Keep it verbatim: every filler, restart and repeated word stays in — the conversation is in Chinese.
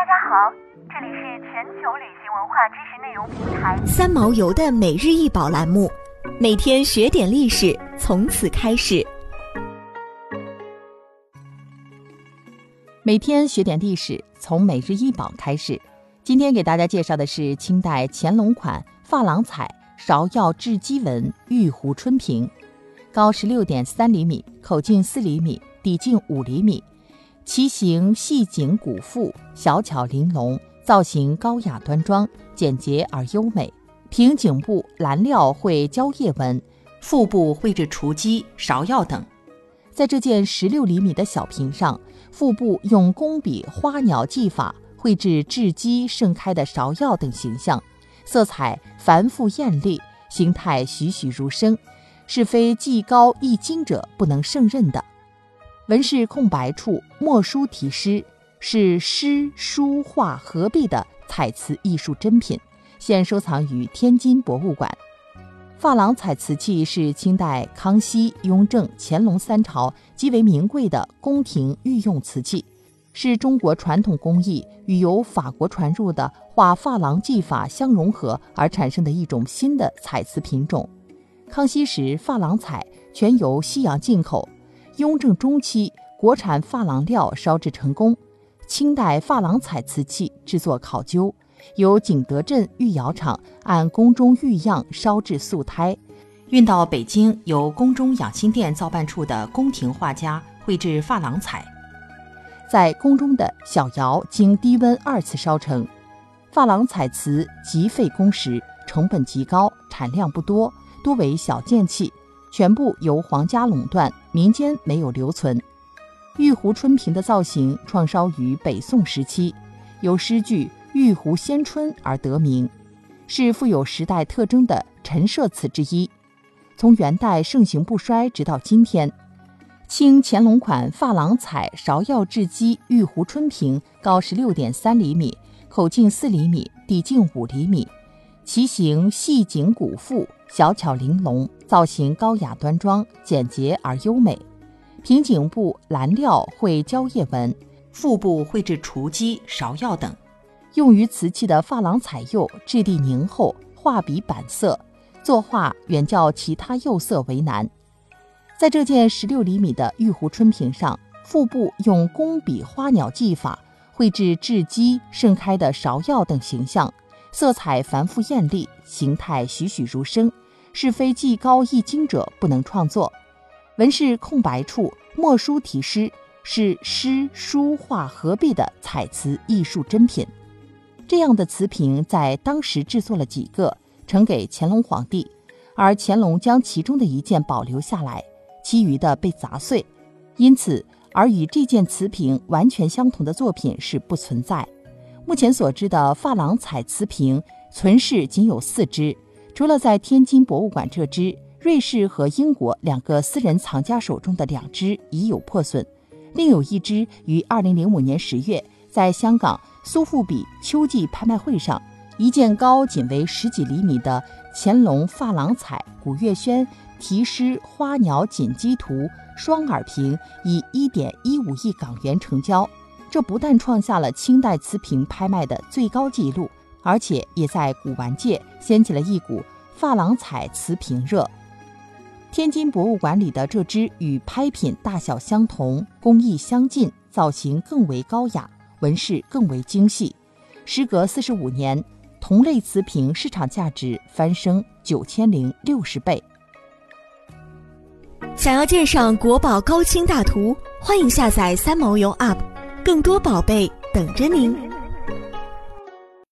家好，这里是全球旅行文化知识内容平台三毛游的每日一宝栏目，每天学点历史，从此开始。 每天学点历史，从每日一宝开始。今天给大家介绍的是清代乾隆款珐琅彩芍药雉鸡纹玉壶春瓶，高 十六点三厘米，口径四厘米，底径五厘米，其形细颈骨腹，小巧玲珑，造型高雅端庄，简洁而优美。瓶颈部蓝料绘蕉叶纹，腹部绘制雏鸡、芍药等。在这件十六厘米的小瓶上，腹部用工笔花鸟技法绘制雉鸡、盛开的芍药等形象，色彩繁复艳丽，形态栩栩如生，是非技高艺精者不能胜任的。纹饰空白处墨书题诗，是诗书画合璧的彩瓷艺术珍品，现收藏于天津博物馆。珐琅彩瓷器是清代康熙、雍正、乾隆三朝极为名贵的宫廷御用瓷器，是中国传统工艺与由法国传入的画珐琅技法相融合而产生的一种新的彩瓷品种。康熙时珐琅彩全由西洋进口，雍正中期国产珐琅料烧制成功，清代珐琅彩瓷器制作考究，由景德镇御窑厂按宫中御样烧制素胎，运到北京由宫中养心殿造办处的宫廷画家绘制珐琅彩，在宫中的小窑经低温二次烧成。珐琅彩瓷极费工时，成本极高，产量不多，多为小件器，全部由皇家垄断，民间没有留存。玉壶春瓶的造型创烧于北宋时期，由诗句玉壶仙春而得名，是富有时代特征的陈设瓷之一，从元代盛行不衰直到今天。清乾隆款珐琅彩芍药雉鸡玉壶春瓶高 十六点三厘米，口径四厘米，底径五厘米，其形细颈骨腹，小巧玲珑，造型高雅端庄，简洁而优美。瓶颈部蓝料绘蕉叶纹，腹部绘制雏鸡、芍药等。用于瓷器的珐琅彩釉质地凝厚，画笔板色，作画远较其他釉色为难。在这件十六厘米的玉壶春瓶上，腹部用工笔花鸟技法绘制雉鸡、盛开的芍药等形象，色彩繁复艳丽，形态栩栩如生，是非技高艺精者不能创作。纹饰空白处墨书题诗，是诗书画合璧的彩瓷艺术珍品。这样的瓷瓶在当时制作了几个，呈给乾隆皇帝，而乾隆将其中的一件保留下来，其余的被砸碎，因此而与这件瓷瓶完全相同的作品是不存在。目前所知的珐琅彩瓷瓶存世仅有四只，除了在天津博物馆这只，瑞士和英国两个私人藏家手中的两只已有破损，另有一只于二零零五年十月在香港苏富比秋季拍卖会上，一件高仅为十几厘米的乾隆珐琅彩古月轩题诗花鸟锦鸡图双耳瓶以 一点一五亿港元成交，这不但创下了清代瓷瓶拍卖的最高纪录，而且也在古玩界掀起了一股珐琅彩瓷瓶热。天津博物馆里的这只与拍品大小相同，工艺相近，造型更为高雅，纹饰更为精细。时隔四十五年，同类瓷瓶市场价值翻升九千零六十倍。 想要鉴赏国宝高清大图，欢迎下载三毛游 App， 更多宝贝等着您。